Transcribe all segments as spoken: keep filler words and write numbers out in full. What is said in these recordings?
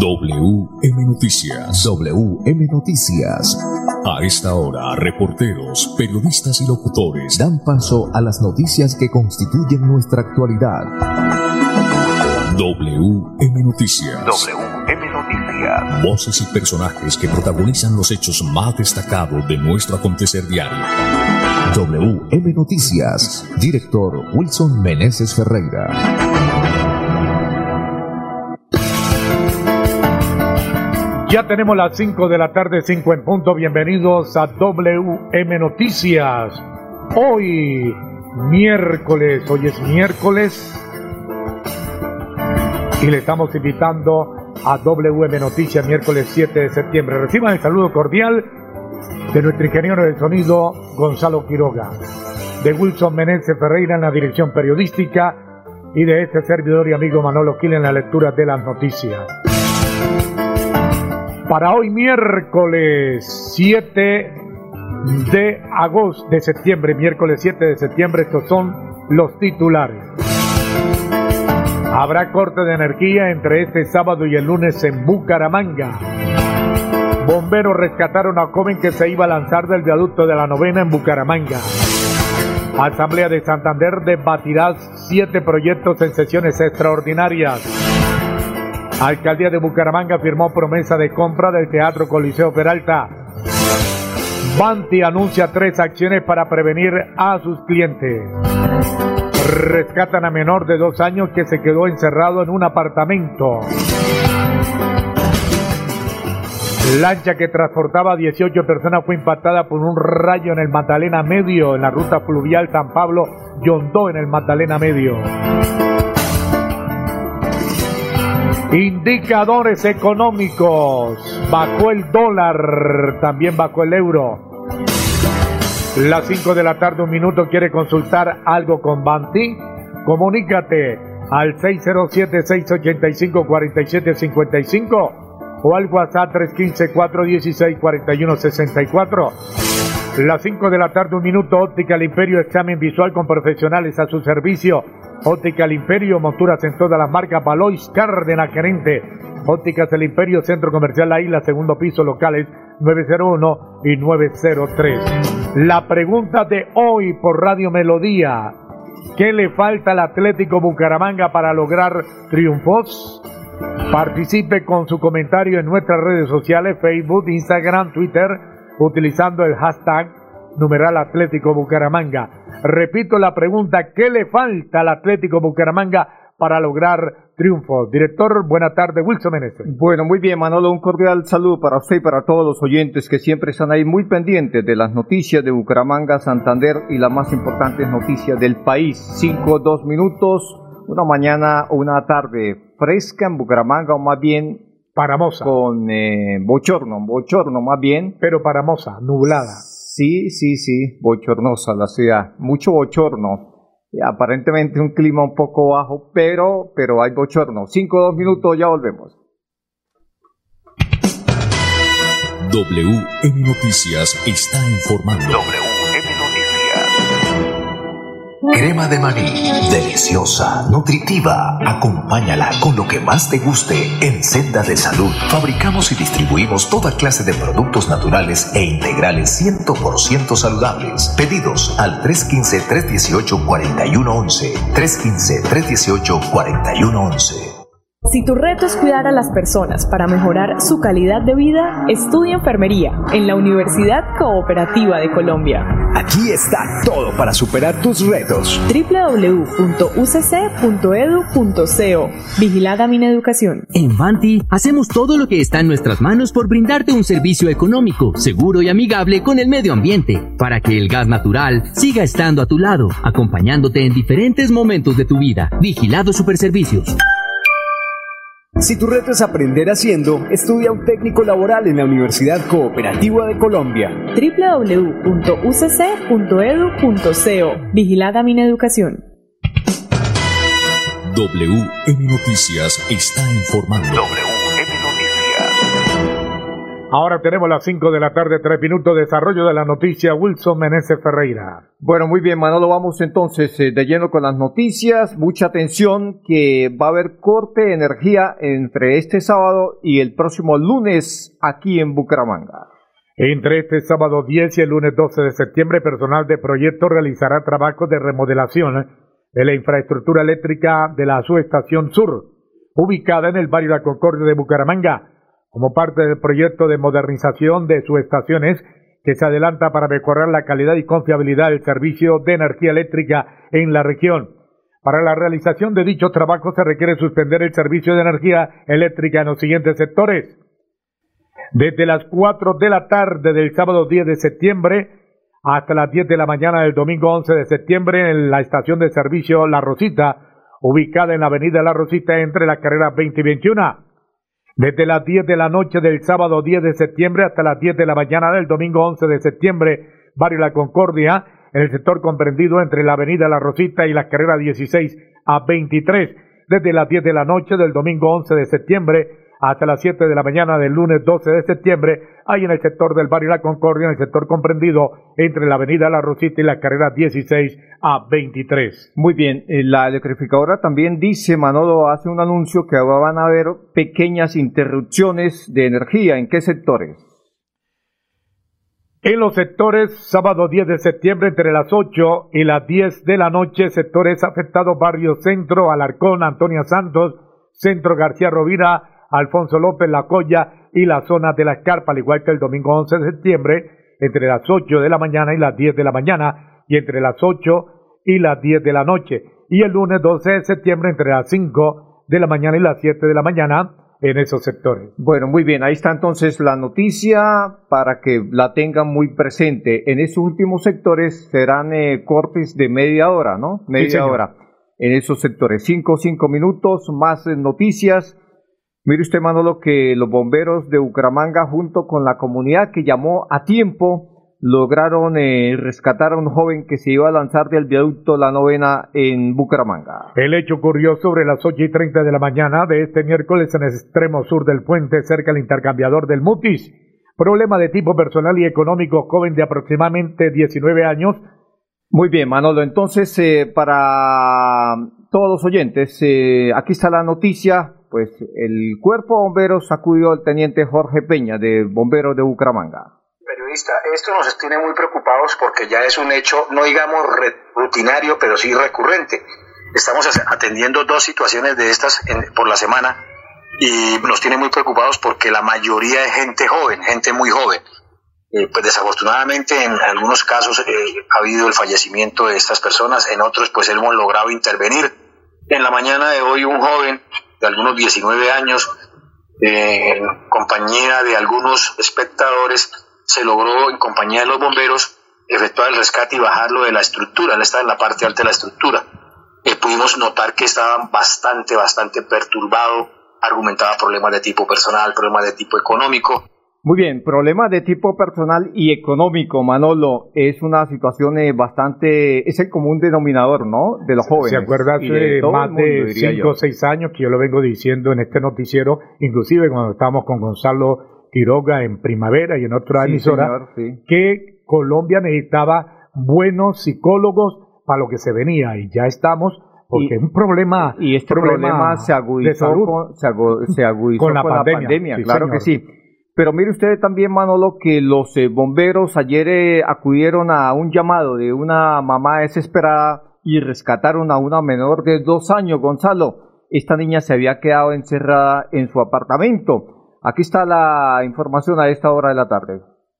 W M Noticias. W M Noticias. A esta hora, reporteros, periodistas y locutores dan paso a las noticias que constituyen nuestra actualidad. W M Noticias. W M Noticias. Voces y personajes que protagonizan los hechos más destacados de nuestro acontecer diario. W M Noticias. Director Wilson Meneses Ferreira. Ya tenemos las cinco de la tarde, cinco en punto. Bienvenidos a W M Noticias. Hoy, miércoles, hoy es miércoles. Y le estamos invitando a W M Noticias, miércoles siete de septiembre. Reciban el saludo cordial de nuestro ingeniero de sonido, Gonzalo Quiroga, de Wilson Meneses Ferreira en la dirección periodística y de este servidor y amigo Manolo Gil en la lectura de las noticias. Para hoy miércoles siete de agosto, de septiembre, miércoles siete de septiembre, estos son los titulares. Habrá corte de energía entre este sábado y el lunes en Bucaramanga. Bomberos rescataron a un joven que se iba a lanzar del viaducto de la Novena en Bucaramanga. Asamblea de Santander debatirá siete proyectos en sesiones extraordinarias. Alcaldía de Bucaramanga firmó promesa de compra del Teatro Coliseo Peralta. Banti anuncia tres acciones para prevenir a sus clientes. Rescatan a menor de dos años que se quedó encerrado en un apartamento. Lancha que transportaba a dieciocho personas fue impactada por un rayo en el Magdalena Medio, en la ruta fluvial San Pablo-Yondó en el Magdalena Medio. Indicadores económicos. Bajó el dólar, también bajó el euro. Las cinco de la tarde, un minuto. ¿Quiere consultar algo con Banti? Comunícate al seis cero siete, seis ocho cinco, cuatro siete cinco cinco o al WhatsApp tres uno cinco, cuatro uno seis, cuatro uno seis cuatro. Las cinco de la tarde, un minuto. Óptica El Imperio, examen visual con profesionales a su servicio. Óptica El Imperio, monturas en todas las marcas. Valois Cárdenas, gerente. Ópticas El Imperio, Centro Comercial La Isla, segundo piso, locales nueve cero uno y nueve cero tres. La pregunta de hoy por Radio Melodía: ¿qué le falta al Atlético Bucaramanga para lograr triunfos? Participe con su comentario en nuestras redes sociales, Facebook, Instagram, Twitter, utilizando el hashtag numeral Atlético Bucaramanga. Repito la pregunta: ¿qué le falta al Atlético Bucaramanga para lograr triunfos? Director, buena tarde, Wilson Meneses. Bueno, muy bien, Manolo, un cordial saludo para usted y para todos los oyentes que siempre están ahí muy pendientes de las noticias de Bucaramanga, Santander y las más importantes noticias del país. Cinco, dos minutos, una mañana o una tarde fresca en Bucaramanga, o más bien paramosa, con eh, bochorno, bochorno más bien. Pero paramosa, nublada. Sí, sí, sí, bochornosa la ciudad, mucho bochorno. Aparentemente un clima un poco bajo, pero, pero hay bochorno. Cinco, dos minutos, ya volvemos. W M Noticias está informando. W M Noticias. Crema de maní, deliciosa, nutritiva. Acompáñala con lo que más te guste en Senda de Salud. Fabricamos y distribuimos toda clase de productos naturales e integrales cien por ciento saludables. Pedidos al tres uno cinco, tres uno ocho, cuatro uno uno uno. tres uno cinco, tres uno ocho, cuatro uno uno uno. Si tu reto es cuidar a las personas para mejorar su calidad de vida, estudia enfermería en la Universidad Cooperativa de Colombia. Aquí está todo para superar tus retos. doble u doble u doble u punto u c c punto e d u punto co. Vigilada Mineducación. En Vanti hacemos todo lo que está en nuestras manos por brindarte un servicio económico, seguro y amigable con el medio ambiente, para que el gas natural siga estando a tu lado, acompañándote en diferentes momentos de tu vida. Vigilado Superservicios. Si tu reto es aprender haciendo, estudia un técnico laboral en la Universidad Cooperativa de Colombia. doble u doble u doble u punto u c c punto e d u punto co. Vigilada Mineducación. W M Noticias está informando. W M Noticias. Ahora tenemos las cinco de la tarde, tres minutos, desarrollo de la noticia, Wilson Meneses Ferreira. Bueno, muy bien, Manolo, vamos entonces eh, de lleno con las noticias. Mucha atención que va a haber corte de energía entre este sábado y el próximo lunes aquí en Bucaramanga. Entre este sábado diez y el lunes doce de septiembre, personal de proyecto realizará trabajos de remodelación de la infraestructura eléctrica de la subestación sur, ubicada en el barrio La Concordia de Bucaramanga, como parte del proyecto de modernización de subestaciones que se adelanta para mejorar la calidad y confiabilidad del servicio de energía eléctrica en la región. Para la realización de dichos trabajos se requiere suspender el servicio de energía eléctrica en los siguientes sectores. Desde las cuatro de la tarde del sábado diez de septiembre hasta las diez de la mañana del domingo once de septiembre en la estación de servicio La Rosita, ubicada en la avenida La Rosita entre las carreras veinte y veintiuno. Desde las diez de la noche del sábado diez de septiembre hasta las diez de la mañana del domingo once de septiembre, barrio La Concordia, en el sector comprendido entre la avenida La Rosita y las carreras dieciséis a veintitrés. Desde las diez de la noche del domingo once de septiembre hasta las siete de la mañana del lunes doce de septiembre, hay en el sector del barrio La Concordia, en el sector comprendido entre la avenida La Rosita y las carreras dieciséis a veintitrés. Muy bien, eh, la electrificadora también dice, Manolo hace un anuncio que van a haber pequeñas interrupciones de energía. ¿En qué sectores? En los sectores, sábado diez de septiembre entre las ocho y las diez de la noche, sectores afectados, barrio Centro, Alarcón, Antonia Santos, Centro García Rovira, Alfonso López, La Colla y la zona de la Escarpa, al igual que el domingo once de septiembre, entre las ocho de la mañana y las diez de la mañana, y entre las ocho y las diez de la noche, y el lunes doce de septiembre entre las cinco de la mañana y las siete de la mañana en esos sectores. Bueno, muy bien, ahí está entonces la noticia para que la tengan muy presente. En esos últimos sectores serán eh, cortes de media hora, ¿no? Media Sí, hora en esos sectores. Cinco, cinco minutos, más eh, noticias. Mire usted, Manolo, que los bomberos de Bucaramanga, junto con la comunidad que llamó a tiempo, lograron eh, rescatar a un joven que se iba a lanzar del viaducto La Novena en Bucaramanga. El hecho ocurrió sobre las ocho y treinta de la mañana de este miércoles en el extremo sur del puente, cerca del intercambiador del Mutis. Problema de tipo personal y económico, joven de aproximadamente diecinueve años. Muy bien, Manolo, entonces eh, para todos los oyentes, eh, aquí está la noticia. Pues el cuerpo de bomberos acudió al teniente Jorge Peña, de Bomberos de Bucaramanga. Periodista, esto nos tiene muy preocupados porque ya es un hecho, no digamos rutinario, pero sí recurrente. Estamos atendiendo dos situaciones de estas en, por la semana y nos tiene muy preocupados porque la mayoría es gente joven, gente muy joven. Eh, pues desafortunadamente en algunos casos eh, ha habido el fallecimiento de estas personas, en otros pues hemos logrado intervenir. En la mañana de hoy un joven de algunos diecinueve años, eh, en compañía de algunos espectadores, se logró en compañía de los bomberos efectuar el rescate y bajarlo de la estructura. Él estaba en la parte alta de la estructura. Eh, pudimos notar que estaba bastante, bastante perturbado, argumentaba problemas de tipo personal, problemas de tipo económico. Muy bien, problemas de tipo personal y económico, Manolo, es una situación eh, bastante, es el común denominador, ¿no?, de los jóvenes. ¿Se acuerda hace más de cinco o seis años que yo lo vengo diciendo en este noticiero, inclusive cuando estábamos con Gonzalo Quiroga en Primavera y en otra sí, emisora, señor, sí. que Colombia necesitaba buenos psicólogos para lo que se venía, y ya estamos, porque es un problema. Y este problema, problema se agudizó, con, se agu, se agudizó con la con pandemia, la pandemia sí, claro señor. que sí. Pero mire usted también, Manolo, que los eh, bomberos ayer eh, acudieron a un llamado de una mamá desesperada y rescataron a una menor de dos años, Gonzalo. Esta niña se había quedado encerrada en su apartamento. Aquí está la información a esta hora de la tarde.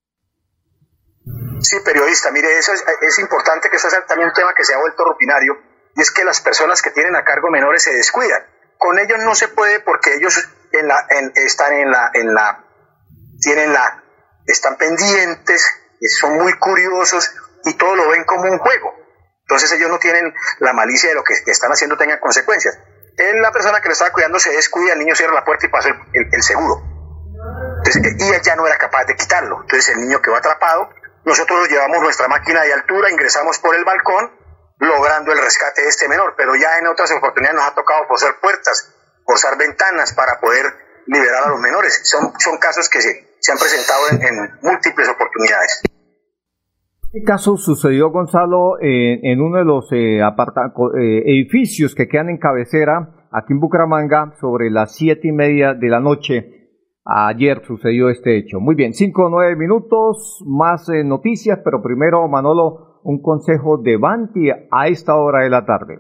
Sí, periodista, mire, eso es, es importante, que eso es también un tema que se ha vuelto rutinario, y es que las personas que tienen a cargo menores se descuidan. Con ellos no se puede porque ellos en la, en, están en la... En la tienen la, están pendientes, son muy curiosos y todo lo ven como un juego. Entonces ellos no tienen la malicia de lo que, que están haciendo tenga consecuencias. Él, la persona que lo estaba cuidando, se descuida, el niño cierra la puerta y pasa el, el, el seguro. Entonces, y él ya no era capaz de quitarlo. Entonces el niño quedó atrapado, nosotros llevamos nuestra máquina de altura, ingresamos por el balcón, logrando el rescate de este menor, pero ya en otras oportunidades nos ha tocado forzar puertas, forzar ventanas para poder liberar a los menores. Son, son casos que se se han presentado en, en múltiples oportunidades. ¿Qué caso sucedió, Gonzalo, eh, en uno de los eh, aparta- eh, edificios que quedan en cabecera, aquí en Bucaramanga, sobre las siete y media de la noche? Ayer sucedió este hecho. Muy bien, cinco o nueve minutos, más eh, noticias, pero primero, Manolo, un consejo de Banti a esta hora de la tarde.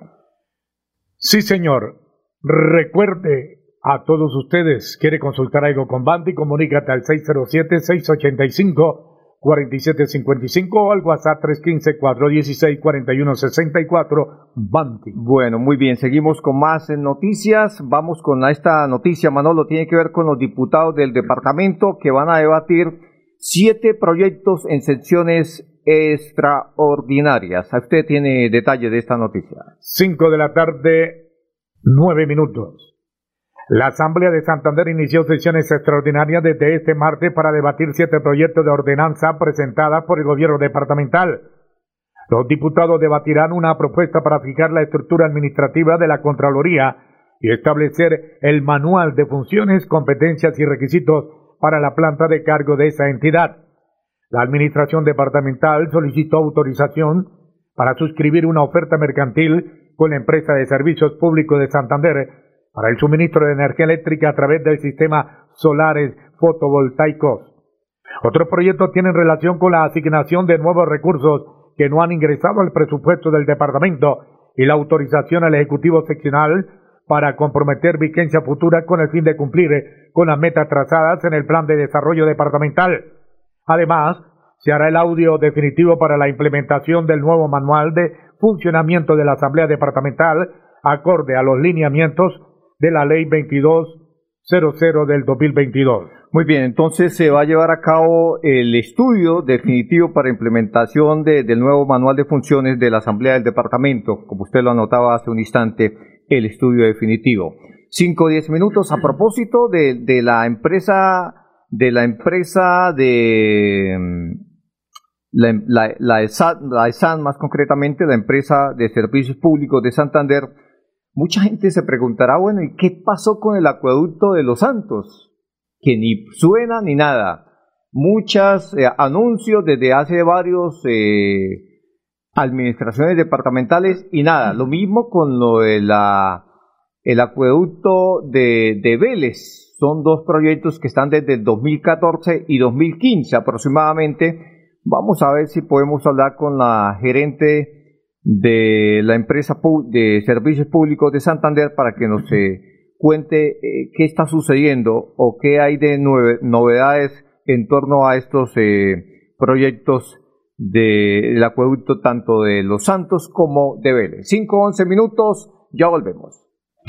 Sí, señor. Recuerde a todos ustedes, quiere consultar algo con Banti, comunícate al seis cero siete, seis ocho cinco, cuatro siete cinco cinco o al WhatsApp tres uno cinco, cuatro uno seis, cuatro uno seis cuatro, Banti. Bueno, muy bien, seguimos con más noticias. Vamos con esta noticia, Manolo, tiene que ver con los diputados del departamento que van a debatir siete proyectos en sesiones extraordinarias. Usted tiene detalles de esta noticia. Cinco de la tarde, nueve minutos. La Asamblea de Santander inició sesiones extraordinarias desde este martes para debatir siete proyectos de ordenanza presentadas por el gobierno departamental. Los diputados debatirán una propuesta para fijar la estructura administrativa de la Contraloría y establecer el manual de funciones, competencias y requisitos para la planta de cargo de esa entidad. La administración departamental solicitó autorización para suscribir una oferta mercantil con la empresa de servicios públicos de Santander para el suministro de energía eléctrica a través del sistema solares fotovoltaicos. Otros proyectos tienen relación con la asignación de nuevos recursos que no han ingresado al presupuesto del departamento y la autorización al Ejecutivo Seccional para comprometer vigencia futura con el fin de cumplir con las metas trazadas en el Plan de Desarrollo Departamental. Además, se hará el audio definitivo para la implementación del nuevo manual de funcionamiento de la Asamblea Departamental acorde a los lineamientos de la Ley veintidós cero cero del dos mil veintidós. Muy bien, entonces se va a llevar a cabo el estudio definitivo para implementación de, del nuevo manual de funciones de la Asamblea del Departamento, como usted lo anotaba hace un instante, el estudio definitivo. Cinco o diez minutos a propósito de, de la empresa, de la empresa de la, la, la, ESAN, la ESAN, más concretamente la empresa de servicios públicos de Santander. Mucha gente se preguntará, bueno, ¿y qué pasó con el acueducto de Los Santos? Que ni suena ni nada. Muchos eh, anuncios desde hace varios eh, administraciones departamentales y nada. Lo mismo con lo de la, el acueducto de, de Vélez. Son dos proyectos que están desde el dos mil catorce y dos mil quince aproximadamente. Vamos a ver si podemos hablar con la gerente de la empresa de servicios públicos de Santander para que nos eh, cuente eh, qué está sucediendo o qué hay de nueve, novedades en torno a estos eh, proyectos del acueducto tanto de Los Santos como de Vélez. cinco once minutos, ya volvemos.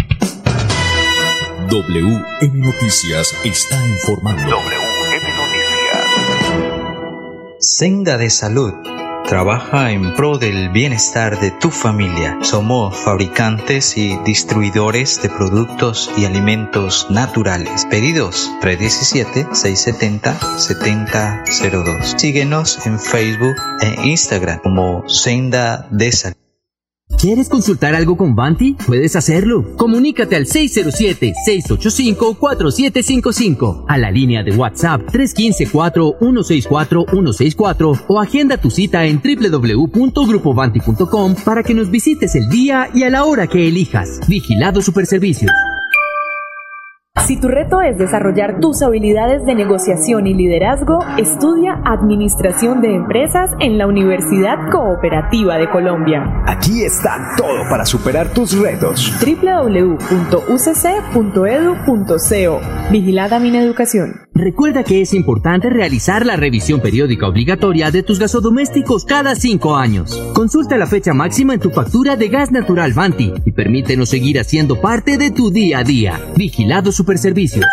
W M Noticias está informando. W M Noticias. Senda de Salud. Trabaja en pro del bienestar de tu familia. Somos fabricantes y distribuidores de productos y alimentos naturales. Pedidos tres uno siete, seis siete cero, siete cero cero dos. Síguenos en Facebook e Instagram como Senda de Salud. ¿Quieres consultar algo con Banti? Puedes hacerlo. Comunícate al seis cero siete, seis ocho cinco, cuatro siete cinco cinco, a la línea de WhatsApp tres uno cinco, cuatro uno seis cuatro uno seis cuatro o agenda tu cita en doble u doble u doble u punto grupo banti punto com para que nos visites el día y a la hora que elijas. Vigilado Superservicios. Si tu reto es desarrollar tus habilidades de negociación y liderazgo, estudia Administración de Empresas en la Universidad Cooperativa de Colombia. Aquí está todo para superar tus retos. doble u doble u doble u punto u c c punto e d u punto co. Vigilada Mineducación. Recuerda que es importante realizar la revisión periódica obligatoria de tus gasodomésticos cada cinco años. Consulta la fecha máxima en tu factura de gas natural Banti y permítenos seguir haciendo parte de tu día a día. Vigilado Superservicios.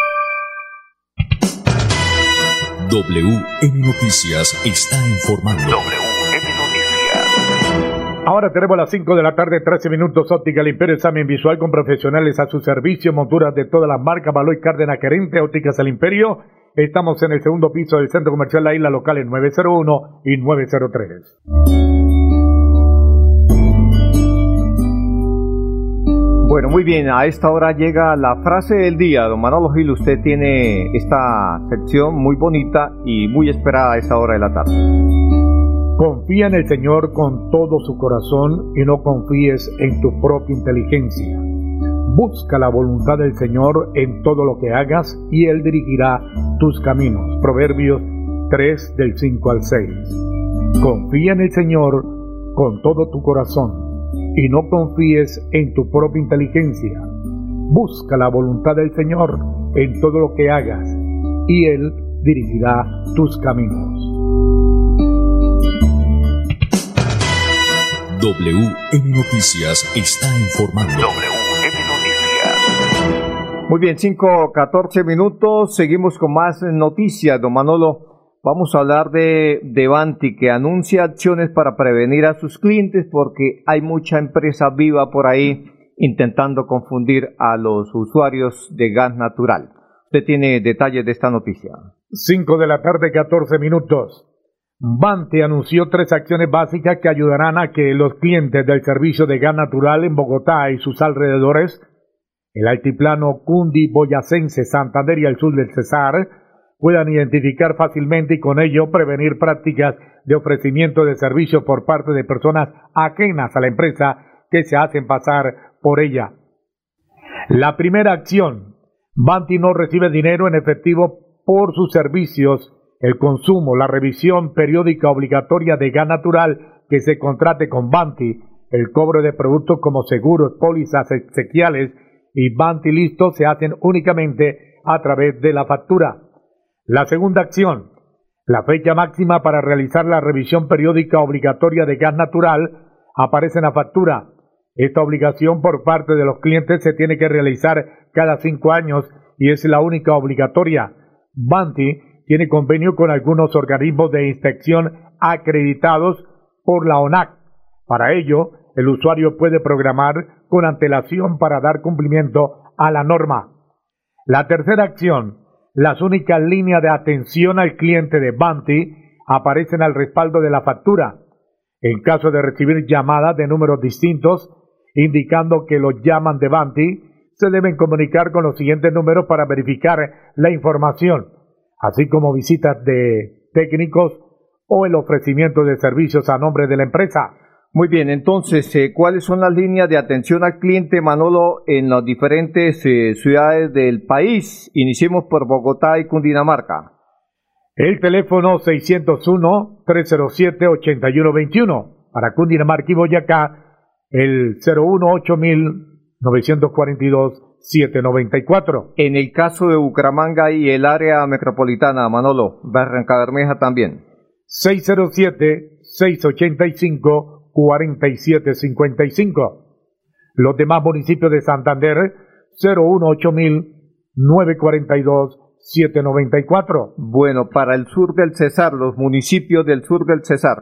W M Noticias está informando. W M Noticias. Ahora tenemos las cinco de la tarde, trece minutos. Óptica El Imperio, examen visual con profesionales a su servicio, monturas de todas las marcas. Baloy Cárdenas Querente, Ópticas El Imperio. Estamos en el segundo piso del Centro Comercial La Isla, local en nueve cero uno y nueve cero tres. Bueno, muy bien, a esta hora llega la frase del día. Don Manolo Gil, usted tiene esta sección muy bonita y muy esperada a esta hora de la tarde. Confía en el Señor con todo su corazón y no confíes en tu propia inteligencia. Busca la voluntad del Señor en todo lo que hagas y Él dirigirá tus caminos. Proverbios tres, del cinco al seis. Confía en el Señor con todo tu corazón y no confíes en tu propia inteligencia. Busca la voluntad del Señor en todo lo que hagas y Él dirigirá tus caminos. W M Noticias está informando. W M Noticias. Muy bien, cinco, catorce minutos. Seguimos con más noticias, don Manolo. Vamos a hablar de, de Vanti, que anuncia acciones para prevenir a sus clientes porque hay mucha empresa viva por ahí intentando confundir a los usuarios de gas natural. Usted tiene detalles de esta noticia. cinco de la tarde, catorce minutos. Vanti anunció tres acciones básicas que ayudarán a que los clientes del servicio de gas natural en Bogotá y sus alrededores, el altiplano cundiboyacense, Santander y el sur del Cesar, puedan identificar fácilmente y con ello prevenir prácticas de ofrecimiento de servicios por parte de personas ajenas a la empresa que se hacen pasar por ella. La primera acción: Vanti no recibe dinero en efectivo por sus servicios. El consumo, la revisión periódica obligatoria de gas natural que se contrate con Vanti, el cobro de productos como seguros, pólizas exequiales y Vanti Listo se hacen únicamente a través de la factura. La segunda acción: la fecha máxima para realizar la revisión periódica obligatoria de gas natural aparece en la factura. Esta obligación por parte de los clientes se tiene que realizar cada cinco años y es la única obligatoria. Vanti tiene convenio con algunos organismos de inspección acreditados por la O N A C. Para ello, el usuario puede programar con antelación para dar cumplimiento a la norma. La tercera acción: las únicas líneas de atención al cliente de Vanti aparecen al respaldo de la factura. En caso de recibir llamadas de números distintos indicando que los llaman de Vanti, se deben comunicar con los siguientes números para verificar la información, así como visitas de técnicos o el ofrecimiento de servicios a nombre de la empresa. Muy bien, entonces, eh, ¿cuáles son las líneas de atención al cliente, Manolo, en las diferentes eh, ciudades del país? Iniciemos por Bogotá y Cundinamarca. El teléfono seiscientos uno, trescientos siete, ochenta y uno veintiuno. Para Cundinamarca y Boyacá, el cero uno ocho mil novecientos cuarenta y dos, setecientos noventa y cuatro. En el caso de Bucaramanga y el área metropolitana, Manolo, Barrancabermeja también. seiscientos siete, seiscientos ochenta y cinco, cuarenta y siete cincuenta y cinco. Los demás municipios de Santander, cero uno ocho mil, novecientos cuarenta y dos, setecientos noventa y cuatro. Bueno, para el sur del Cesar, los municipios del sur del Cesar.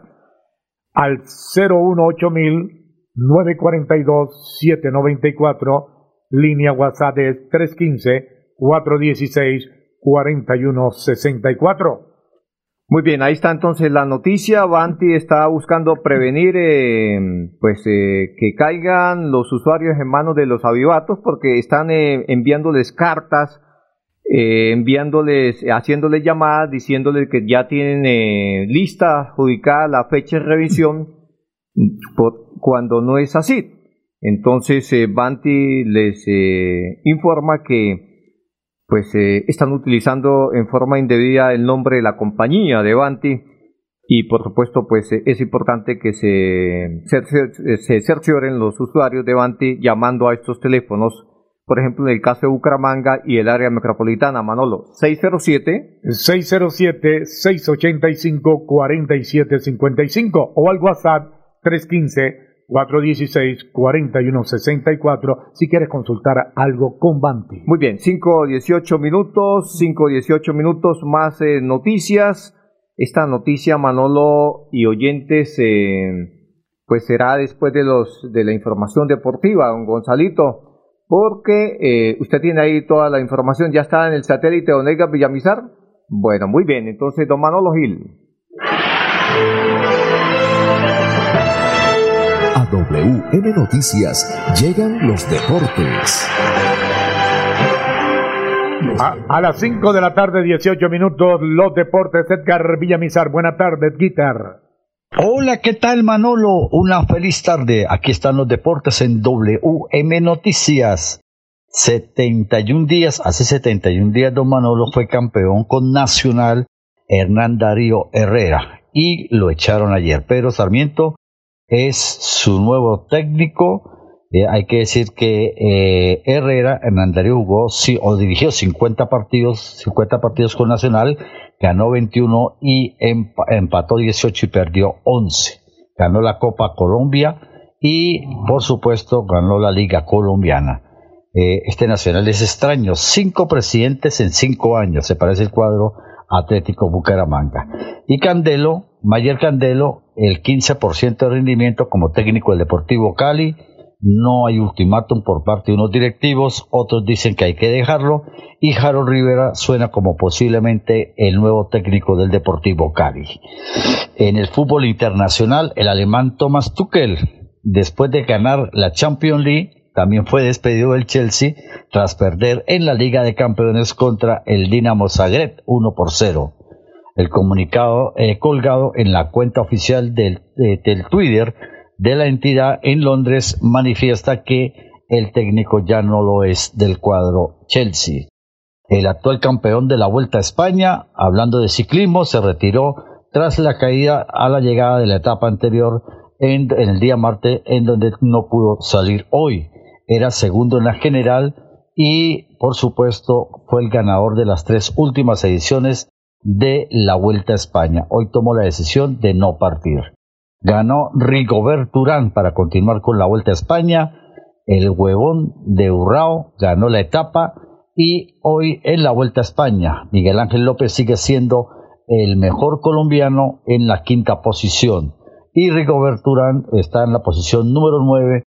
Al cero uno ocho mil, novecientos cuarenta y dos, setecientos noventa y cuatro. Línea WhatsApp es tres uno cinco, cuatro uno seis, cuatro uno seis cuatro. Muy bien, ahí está entonces la noticia. Vanti está buscando prevenir eh, pues eh, que caigan los usuarios en manos de los avivatos, porque están eh, enviándoles cartas, eh, enviándoles, haciéndoles llamadas, diciéndoles que ya tienen eh, lista adjudicada la fecha de revisión, por, cuando no es así. Entonces eh, Vanti les eh, informa que pues eh, están utilizando en forma indebida el nombre de la compañía de Vanti y por supuesto pues eh, es importante que se, se, se cercioren los usuarios de Vanti llamando a estos teléfonos, por ejemplo en el caso de Bucaramanga y el área metropolitana. Manolo, seiscientos siete, seiscientos siete, seiscientos ochenta y cinco, cuarenta y siete cincuenta y cinco o al WhatsApp tres uno cinco, cuatro uno seis, cuatro uno seis cuatro si quieres consultar algo con Vanti. Muy bien, cinco dieciocho minutos, cinco dieciocho minutos más eh, noticias. Esta noticia, Manolo y oyentes, eh, pues será después de los de la información deportiva, don Gonzalito, porque eh, usted tiene ahí toda la información. ¿Ya está en el satélite don Edgar Villamizar? Bueno, muy bien, entonces don Manolo Gil. A W M Noticias llegan los deportes. A, a las cinco de la tarde, dieciocho minutos, los deportes. Edgar Villamizar, buenas tardes, Guitar. Hola, ¿qué tal, Manolo? Una feliz tarde. Aquí están los deportes en W M Noticias. setenta y un días, hace setenta y un días, don Manolo fue campeón con Nacional Hernán Darío Herrera y lo echaron ayer, pero Sarmiento es su nuevo técnico. Eh, hay que decir que eh, Herrera, Hernán Darío jugó sí, o dirigió cincuenta partidos, cincuenta partidos con Nacional, ganó veintiuno y emp empató dieciocho y perdió once. Ganó la Copa Colombia y, por supuesto, ganó la Liga Colombiana. Eh, este Nacional es extraño, cinco presidentes en cinco años, se parece el cuadro Atlético Bucaramanga. Y Candelo, Mayer Candelo, el quince por ciento de rendimiento como técnico del Deportivo Cali. No hay ultimátum por parte de unos directivos, otros dicen que hay que dejarlo, y Harold Rivera suena como posiblemente el nuevo técnico del Deportivo Cali. En el fútbol internacional, el alemán Thomas Tuchel, después de ganar la Champions League, también fue despedido del Chelsea tras perder en la Liga de Campeones contra el Dinamo Zagreb uno por cero. El comunicado eh, colgado en la cuenta oficial del, eh, del Twitter de la entidad en Londres manifiesta que el técnico ya no lo es del cuadro Chelsea. El actual campeón de la Vuelta a España, hablando de ciclismo, se retiró tras la caída a la llegada de la etapa anterior en, en el día martes, en donde no pudo salir hoy. Era segundo en la general y, por supuesto, fue el ganador de las tres últimas ediciones de la Vuelta a España. Hoy tomó la decisión de no partir. Ganó Rigobert Urán para continuar con la Vuelta a España. El huevón de Urrao ganó la etapa y hoy en la Vuelta a España Miguel Ángel López sigue siendo el mejor colombiano en la quinta posición y Rigobert Urán está en la posición número nueve,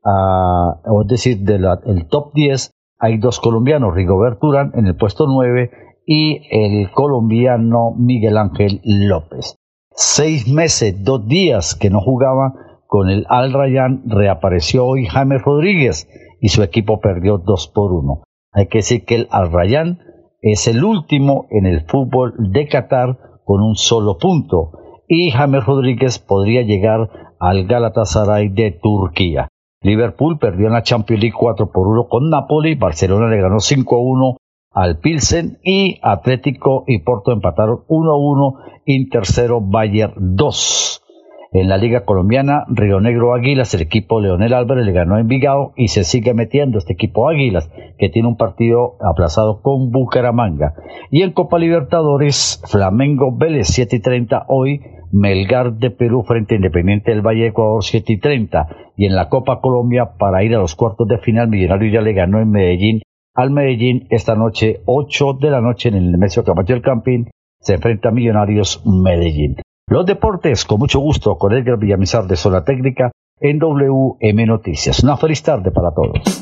uh, es decir, del de top diez hay dos colombianos, Rigobert Urán en el puesto nueve y el colombiano Miguel Ángel López. Seis meses, dos días que no jugaba con el Al Rayyan, reapareció hoy James Rodríguez y su equipo perdió dos por uno. Hay que decir que el Al Rayyan es el último en el fútbol de Qatar con un solo punto y James Rodríguez podría llegar al Galatasaray de Turquía. Liverpool perdió en la Champions League cuatro por uno con Napoli, Barcelona le ganó cinco a uno al Pilsen y Atlético y Porto empataron uno a uno, Inter cero, Bayern dos. En la Liga Colombiana, Río Negro Águilas, el equipo Leonel Álvarez le ganó a Envigado y se sigue metiendo este equipo Águilas, que tiene un partido aplazado con Bucaramanga. Y en Copa Libertadores, Flamengo Vélez siete y treinta hoy, Melgar de Perú frente a Independiente del Valle de Ecuador siete y treinta. Y en la Copa Colombia, para ir a los cuartos de final, Millonarios ya le ganó en Medellín al Medellín esta noche, ocho de la noche en el Nemesio Camacho del Campín, se enfrenta a Millonarios Medellín. Los deportes, con mucho gusto, con Edgar Villamizar de Zona Técnica en W M Noticias. Una feliz tarde para todos.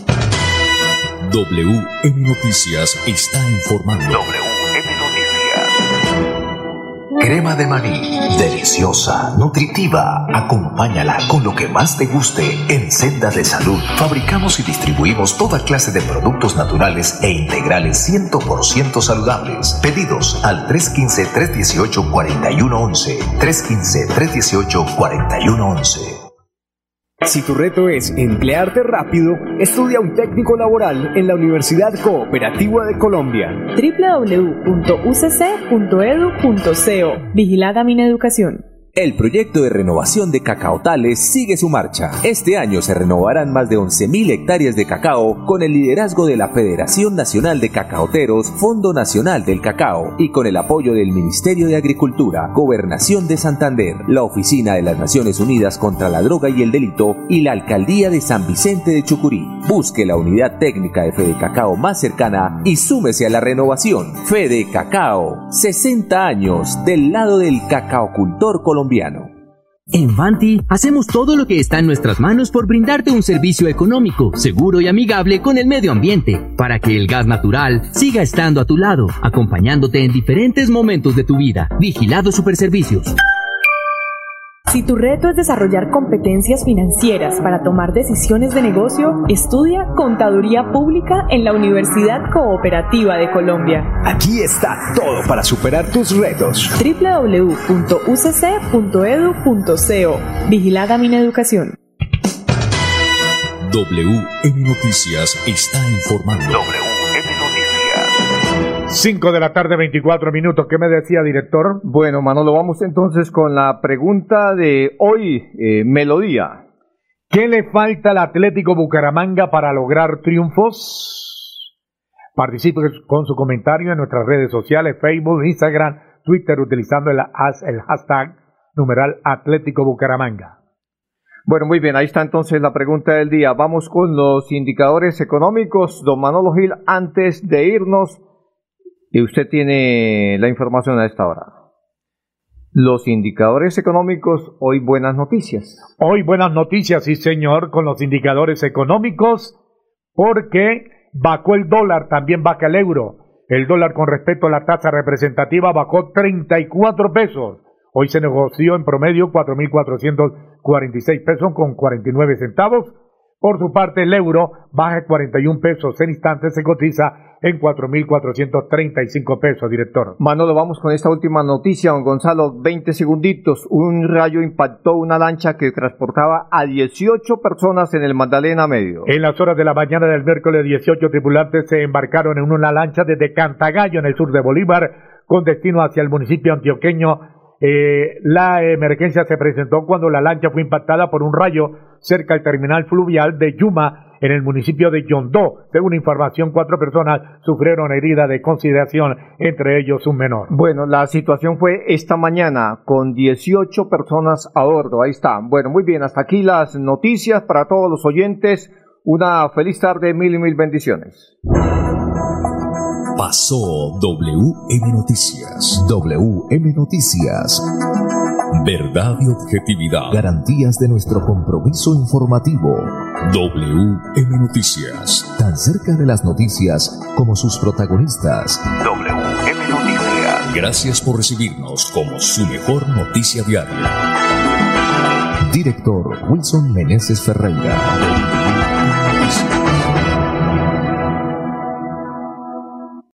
W M Noticias está informando. W M Noticias. Crema de maní, deliciosa, nutritiva. Acompáñala con lo que más te guste en Senda de Salud. Fabricamos y distribuimos toda clase de productos naturales e integrales cien por ciento saludables. Pedidos al tres uno cinco, tres uno ocho, cuatro uno uno uno. tres uno cinco, tres uno ocho, cuatro uno uno uno. Si tu reto es emplearte rápido, estudia un técnico laboral en la Universidad Cooperativa de Colombia. doble u doble u doble u punto u c c punto e d u punto co. Vigilada Mineducación. El proyecto de renovación de cacaotales sigue su marcha. Este año se renovarán más de once mil hectáreas de cacao con el liderazgo de la Federación Nacional de Cacaoteros, Fondo Nacional del Cacao y con el apoyo del Ministerio de Agricultura, Gobernación de Santander, la Oficina de las Naciones Unidas contra la Droga y el Delito y la Alcaldía de San Vicente de Chucurí. Busque la unidad técnica de Fede Cacao más cercana y súmese a la renovación. Fede Cacao, sesenta años del lado del cacaocultor colombiano. En Vanti hacemos todo lo que está en nuestras manos por brindarte un servicio económico, seguro y amigable con el medio ambiente, para que el gas natural siga estando a tu lado, acompañándote en diferentes momentos de tu vida. Vigilado Superservicios. Si tu reto es desarrollar competencias financieras para tomar decisiones de negocio, estudia Contaduría Pública en la Universidad Cooperativa de Colombia. Aquí está todo para superar tus retos. doble u doble u doble u punto u c c punto e d u punto co. Vigilada Mineducación. W M Noticias está informando. W M Noticias. cinco de la tarde, veinticuatro minutos. ¿Qué me decía, director? Bueno, Manolo, vamos entonces con la pregunta de hoy, eh, Melodía. ¿Qué le falta al Atlético Bucaramanga para lograr triunfos? Participe con su comentario en nuestras redes sociales, Facebook, Instagram, Twitter, utilizando el, el hashtag numeral Atlético Bucaramanga. Bueno, muy bien, ahí está entonces la pregunta del día. Vamos con los indicadores económicos. Don Manolo Gil, antes de irnos, y usted tiene la información a esta hora. Los indicadores económicos, hoy buenas noticias. Hoy buenas noticias, sí señor, con los indicadores económicos, porque bajó el dólar, también baja el euro. El dólar con respecto a la tasa representativa bajó treinta y cuatro pesos. Hoy se negoció en promedio cuatro mil cuatrocientos cuarenta y seis pesos con cuarenta y nueve centavos. Por su parte, el euro baja cuarenta y un pesos. En instantes se cotiza en cuatro mil cuatrocientos treinta y cinco pesos, director. Manolo, vamos con esta última noticia, don Gonzalo, veinte segunditos. Un rayo impactó una lancha que transportaba a dieciocho personas en el Magdalena Medio. En las horas de la mañana del miércoles, dieciocho tripulantes se embarcaron en una lancha desde Cantagallo, en el sur de Bolívar, con destino hacia el municipio antioqueño. Eh, la emergencia se presentó cuando la lancha fue impactada por un rayo cerca al terminal fluvial de Yuma, en el municipio de Yondó. Según información, cuatro personas sufrieron heridas de consideración, entre ellos un menor. Bueno, la situación fue esta mañana con dieciocho personas a bordo. Ahí está. Bueno, muy bien, hasta aquí las noticias para todos los oyentes. Una feliz tarde, mil y mil bendiciones. Pasó W M Noticias. W M Noticias. Verdad y objetividad. Garantías de nuestro compromiso informativo. W M Noticias. Tan cerca de las noticias como sus protagonistas. W M Noticias. Gracias por recibirnos como su mejor noticia diaria. Director Wilson Meneses Ferreira.